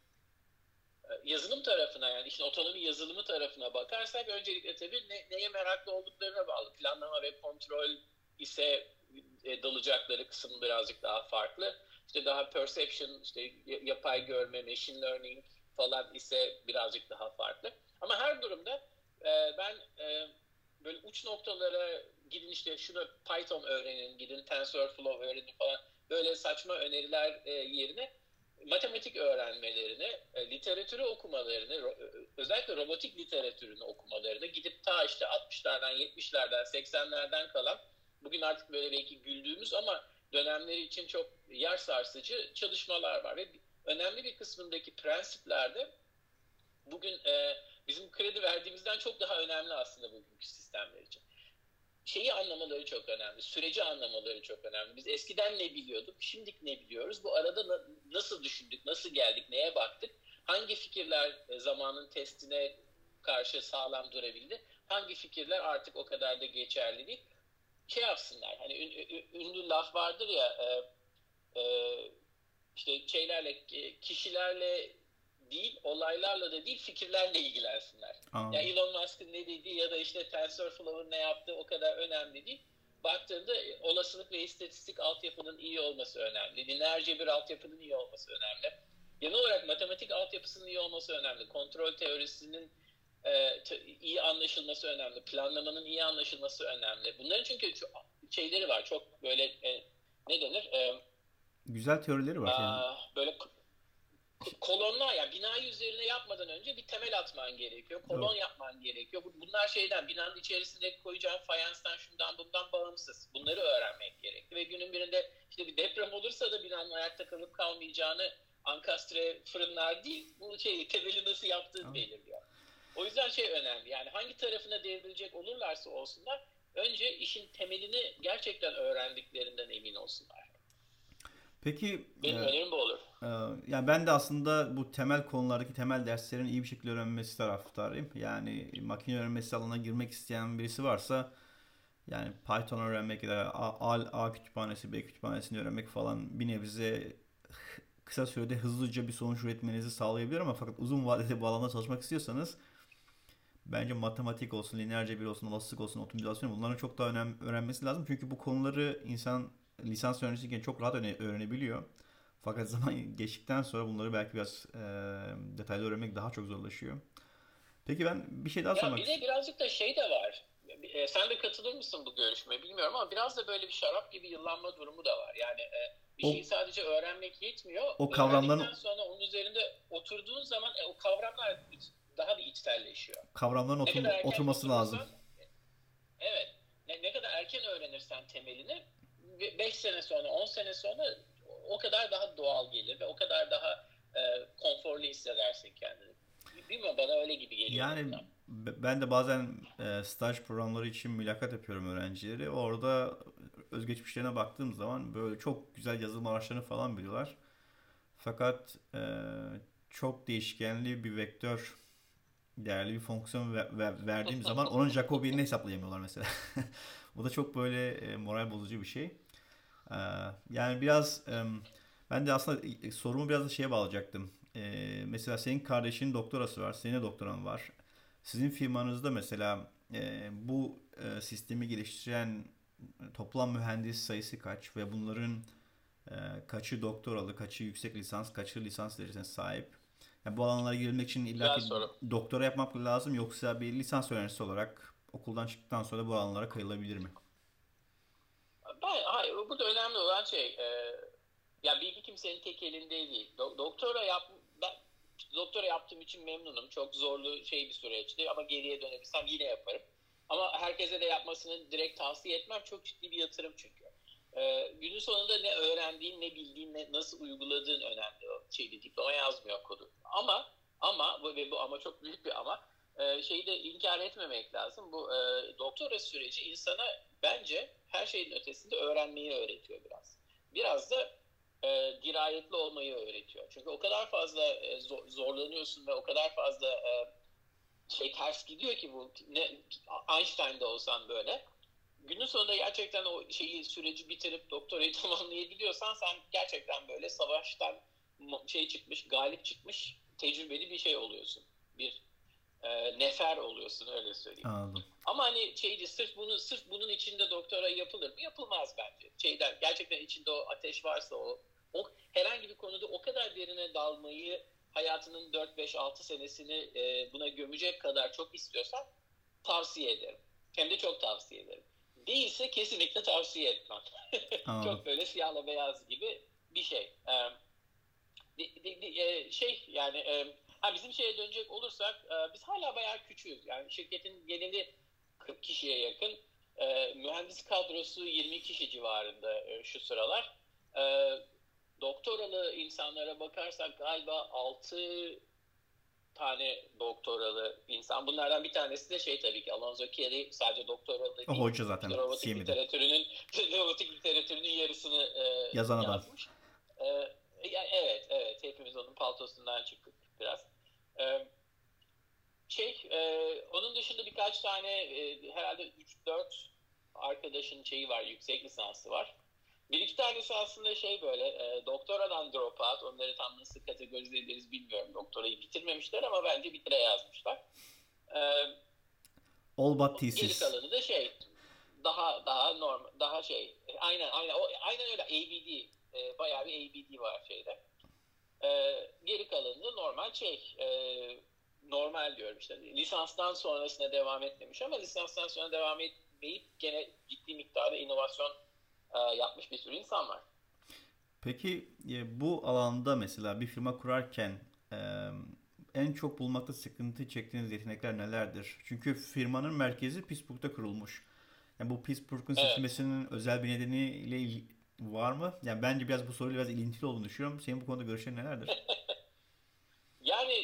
yazılım tarafına, yani işin otonomi yazılımı tarafına bakarsak, öncelikle tabii neye meraklı olduklarına bağlı. Planlama ve kontrol ise dalacakları kısım birazcık daha farklı. İşte daha perception, işte yapay görme, machine learning falan ise birazcık daha farklı. Ama her durumda ben böyle uç noktalara gidin, işte şunu Python öğrenin, gidin TensorFlow öğrenin falan, böyle saçma öneriler yerine matematik öğrenmelerini, literatürü okumalarını, özellikle robotik literatürünü okumalarını, gidip ta işte 60'lardan, 70'lerden, 80'lerden kalan, bugün artık böyle belki güldüğümüz ama dönemleri için çok yer sarsıcı çalışmalar var. Ve önemli bir kısmındaki prensiplerde bugün bizim kredi verdiğimizden çok daha önemli aslında bugünkü sistemler için. Şeyi anlamaları çok önemli. Süreci anlamaları çok önemli. Biz eskiden ne biliyorduk, şimdi ne biliyoruz? Bu arada nasıl düşündük, nasıl geldik, neye baktık? Hangi fikirler zamanın testine karşı sağlam durabildi? Hangi fikirler artık o kadar da geçerli değil? Şey yapsınlar, hani ünlü laf vardır ya, e, işte şeylerle, kişilerle değil, olaylarla da değil, fikirlerle ilgilensinler. Ya Anladım. Elon Musk'ın ne dediği ya da işte TensorFlow'un ne yaptığı o kadar önemli değil. Baktığında olasılık ve istatistik altyapının iyi olması önemli. Lineer cebir altyapının iyi olması önemli. Genel olarak matematik altyapısının iyi olması önemli. Kontrol teorisinin iyi anlaşılması önemli. Planlamanın iyi anlaşılması önemli. Bunların çünkü şeyleri var. Çok böyle ne denir? Güzel teorileri var yani. Böyle kolonlar, yani binayı üzerine yapmadan önce bir temel atman gerekiyor. Doğru. Kolon yapman gerekiyor. Bunlar şeyden, binanın içerisinde koyacağın fayanstan, şundan bundan bağımsız. Bunları öğrenmek gerekli. Ve günün birinde işte bir deprem olursa da binanın ayakta kalıp kalmayacağını ankastre fırınlar değil, bu temeli nasıl yaptığını Anladım. belirliyor. O yüzden şey önemli, yani hangi tarafına devrilecek olurlarsa olsunlar, önce işin temelini gerçekten öğrendiklerinden emin olsunlar. Peki Benim önerim bu olur. e, yani ben de aslında bu temel konulardaki temel derslerin iyi bir şekilde öğrenmesi taraftarıyım. Yani makine öğrenmesi alanına girmek isteyen birisi varsa yani Python öğrenmek ya da A kütüphanesi, B kütüphanesini öğrenmek falan bir nebze kısa sürede hızlıca bir sonuç üretmenizi sağlayabilir ama fakat uzun vadede bu alanda çalışmak istiyorsanız bence matematik olsun, lineer cebir olsun, olasılık olsun, optimizasyon bunların çok daha öğrenmesi lazım. Çünkü bu konuları insan lisans öğrencisiyken çok rahat öğrenebiliyor. Fakat zaman geçtikten sonra bunları belki biraz detaylı öğrenmek daha çok zorlaşıyor. Peki ben bir şey daha Ya sormak bir de istiyorum. birazcık da şey de var. Sen de katılır mısın bu görüşmeye bilmiyorum ama biraz da böyle bir şarap gibi yıllanma durumu da var. Yani bir şeyi O, sadece öğrenmek yetmiyor. o Öğrendikten kavramların sonra onun üzerinde oturduğun zaman o kavramlar daha bir içselleşiyor. kavramların Ne kadar erken oturması lazım. oturursan, evet, ne kadar erken öğrenirsen temelini, 5 sene sonra, 10 sene sonra o kadar daha doğal gelir ve o kadar daha konforlu hissedersin kendini. Bilmiyorum, bana öyle gibi geliyor en Yani azından. ben de bazen staj programları için mülakat yapıyorum öğrencileri. Orada özgeçmişlerine baktığım zaman böyle çok güzel yazılım araçlarını falan biliyorlar. Fakat çok değişkenli bir vektör değerli bir fonksiyon verdiğim zaman onun Jacobian'ini hesaplayamıyorlar mesela. Bu da çok böyle moral bozucu bir şey. E, Yani biraz ben de aslında sorumu biraz da şeye bağlayacaktım. Mesela senin kardeşinin doktorası var, senin de doktoran var. Sizin firmanızda mesela bu sistemi geliştiren toplam mühendis sayısı kaç ve bunların kaçı doktoralı, kaçı yüksek lisans, kaçı lisans derecesine sahip? Yani bu alanlara girilmek için Güzel illaki soru. doktora yapmak mı lazım yoksa bir lisans öğrencisi olarak okuldan çıktıktan sonra bu alanlara kayılabilir mi? Hayır, burada önemli olan şey, ya bilgi kimsenin tek elinde değil. Ben doktora yaptığım için memnunum. Çok zorlu bir süreçti ama geriye dönebilsem yine yaparım. Ama herkese de yapmasını direkt tavsiye etmem. Çok ciddi bir yatırım çünkü. Günün sonunda ne öğrendiğin, ne bildiğin, nasıl uyguladığın önemli. Diploma yazmıyor kodu. Bu ama çok büyük bir ama, şeyi de inkar etmemek lazım. Bu doktora süreci insana bence her şeyin ötesinde öğrenmeyi öğretiyor biraz. Biraz da dirayetli olmayı öğretiyor. Çünkü o kadar fazla zorlanıyorsun ve o kadar fazla ters gidiyor ki bu Einstein'da olsan böyle. Günün sonunda gerçekten o süreci bitirip doktorayı tamamlayabiliyorsan sen gerçekten böyle savaştan çıkmış, galip çıkmış tecrübeli bir şey oluyorsun. Bir nefer oluyorsun, öyle söyleyeyim. Anladım. Ama hani sırf bunun içinde doktora yapılır mı? Yapılmaz bence. Gerçekten içinde o ateş varsa o herhangi bir konuda o kadar derine dalmayı hayatının 4-5-6 senesini buna gömecek kadar çok istiyorsan tavsiye ederim. Hem de çok tavsiye ederim. Değilse kesinlikle tavsiye etmem. Anladım. Çok böyle siyahla beyaz gibi bir şey. Bizim şeye dönecek olursak biz hala bayağı küçüğüz. Yani şirketin geneli 40 kişiye yakın. Mühendis kadrosu 20 kişi civarında şu sıralar. Doktoralı insanlara bakarsak galiba 6 tane doktoralı insan. Bunlardan bir tanesi de tabii ki Alonzo Kelly, sadece doktoralı O değil. hoca zaten İşte robotik CM'de. literatürünün yarısını Yazan adam. yazmış. Evet, hepimiz onun paltosundan çıktık biraz. Onun dışında birkaç tane herhalde 3-4 arkadaşın var, yüksek lisansı var. Bir iki tanesi aslında doktoradan drop out, onları tam nasıl kategorize ederiz bilmiyorum. Doktorayı bitirmemişler ama bence bitire yazmışlar. All but Geri thesis. kalanı da daha normal, daha aynen öyle, ABD, bayağı bir ABD var şeyde. Geri kalanı da normal normal diyorum işte, lisanstan sonrasına devam etmemiş ama lisanstan sonra devam etmeyip gene ciddi miktarda inovasyon yapmış bir sürü insan var. Peki bu alanda mesela bir firma kurarken en çok bulmakta sıkıntı çektiğiniz yetenekler nelerdir? Çünkü firmanın merkezi Pittsburgh'da kurulmuş. Yani bu Pittsburgh'un Evet. seçilmesinin özel bir nedeniyle var mı? Yani bence biraz bu soruyla biraz ilintili olduğunu düşünüyorum. Senin bu konuda görüşlerin nelerdir? Yani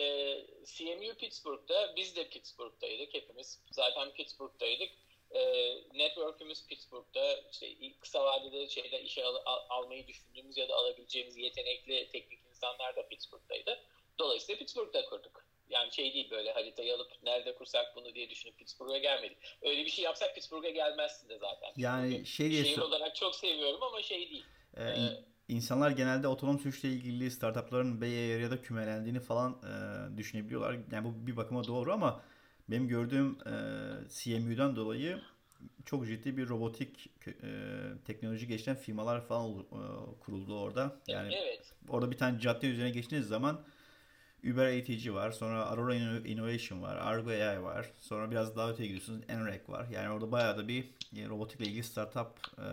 CMU Pittsburgh'da, biz de Pittsburgh'daydık hepimiz. Zaten Pittsburgh'daydık. Network'ümüz Pittsburgh'da. İşte kısa vadede işe almayı düşündüğümüz ya da alabileceğimiz yetenekli teknik insanlar da Pittsburgh'daydı. Dolayısıyla Pittsburgh'da kurduk. Yani değil, böyle haritayı alıp nerede kursak bunu diye düşünüp Pittsburgh'a gelmedik. Öyle bir şey yapsak Pittsburgh'a gelmezsin de zaten. Yani Pittsburgh'u şey diye şehir olarak çok seviyorum ama değil. e, Ee, insanlar genelde otonom sürüşle ilgili startupların Bay Area'da kümelendiğini falan düşünebiliyorlar. Yani bu bir bakıma doğru ama benim gördüğüm CMU'dan dolayı çok ciddi bir robotik teknoloji geliştiren firmalar falan kuruldu orada. Yani evet. orada bir tane cadde üzerine geçtiğiniz zaman Uber ATG var. Sonra Aurora Innovation var. Argo AI var. Sonra biraz daha öteye gidiyorsunuz. NREC var. Yani orada bayağı da bir robotikle ilgili startup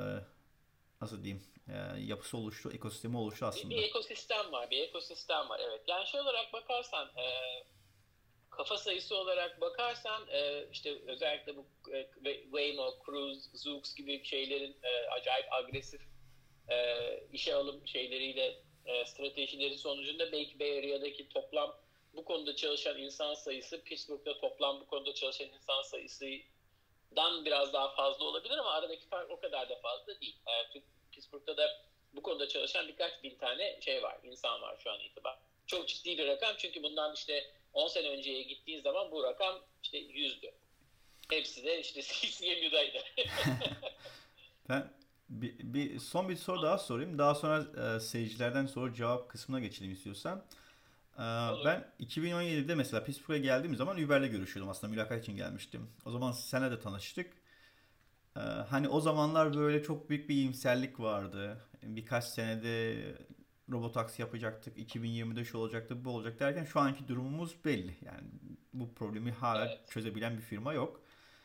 nasıl diyeyim yapısı oluştu, ekosistemi oluştu Bir aslında. ekosistem var, bir ekosistem var. Evet. Yani olarak bakarsan, kafa sayısı olarak bakarsan, işte özellikle bu Waymo, Cruise, Zoox gibi şeylerin acayip agresif işe alım stratejileri sonucunda belki Bay Area'daki toplam bu konuda çalışan insan sayısı Pittsburgh'da toplam bu konuda çalışan insan sayısından biraz daha fazla olabilir ama aradaki fark o kadar da fazla değil. Çünkü Pittsburgh'da da bu konuda çalışan birkaç bin tane insan var şu an itibaren. Çok ciddi bir rakam, çünkü bundan işte 10 sene önceye gittiğin zaman bu rakam işte 100'dü. Hepsi de işte CMU'daydı. Ben son bir soru daha sorayım. Daha sonra seyircilerden soru cevap kısmına geçelim istiyorsan. E, Olur. Ben 2017'de mesela Pittsburgh'a geldiğim zaman Uber'le görüşüyordum. Aslında mülakat için gelmiştim. O zaman seninle de tanıştık. Hani o zamanlar böyle çok büyük bir iyimserlik vardı. Birkaç senede robotaksi yapacaktık. 2020'de şu olacaktı, bu olacak derken şu anki durumumuz belli. Yani bu problemi hala Evet. çözebilen bir firma yok.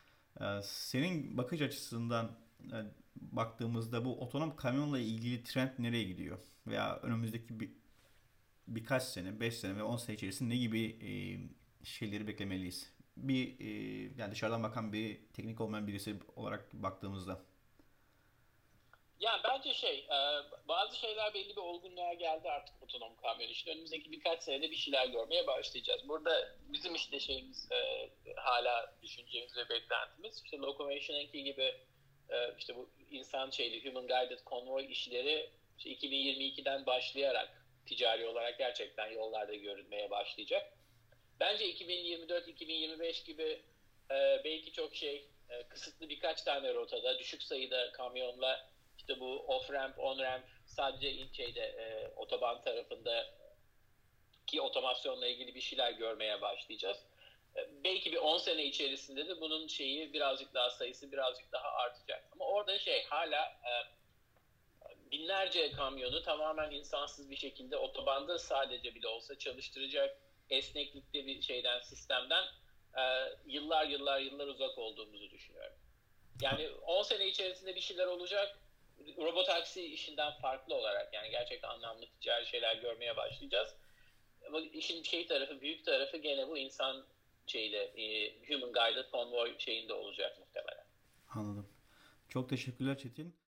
Senin bakış açısından baktığımızda bu otonom kamyonla ilgili trend nereye gidiyor? Veya önümüzdeki birkaç sene, 5 sene ve 10 sene içerisinde ne gibi şeyleri beklemeliyiz? Yani dışarıdan bakan bir teknik olmayan birisi olarak baktığımızda. Ya bence bazı şeyler belli bir olgunluğa geldi artık otonom kamyon için. Önümüzdeki birkaç senede bir şeyler görmeye başlayacağız. Burada bizim işte hala düşüncemiz ve beklentimiz işte Locomotion 2 gibi işte bu insan human guided convoy işleri İşte 2022'den başlayarak ticari olarak gerçekten yollarda görünmeye başlayacak. Bence 2024-2025 gibi belki çok kısıtlı birkaç tane rotada düşük sayıda kamyonla işte bu off-ramp, on-ramp sadece otoban tarafında ki otomasyonla ilgili bir şeyler görmeye başlayacağız. Belki bir 10 sene içerisinde de bunun birazcık daha sayısı birazcık daha artacak. Ama orada hala binlerce kamyonu tamamen insansız bir şekilde otobanda sadece bile olsa çalıştıracak esneklikte bir sistemden yıllar uzak olduğumuzu düşünüyorum. Yani 10 sene içerisinde bir şeyler olacak. Robotaksi işinden farklı olarak yani gerçekten anlamlı ticari şeyler görmeye başlayacağız. Ama işin büyük tarafı gene bu insan human guided convoy olacak muhtemelen. Anladım. Çok teşekkürler Çetin.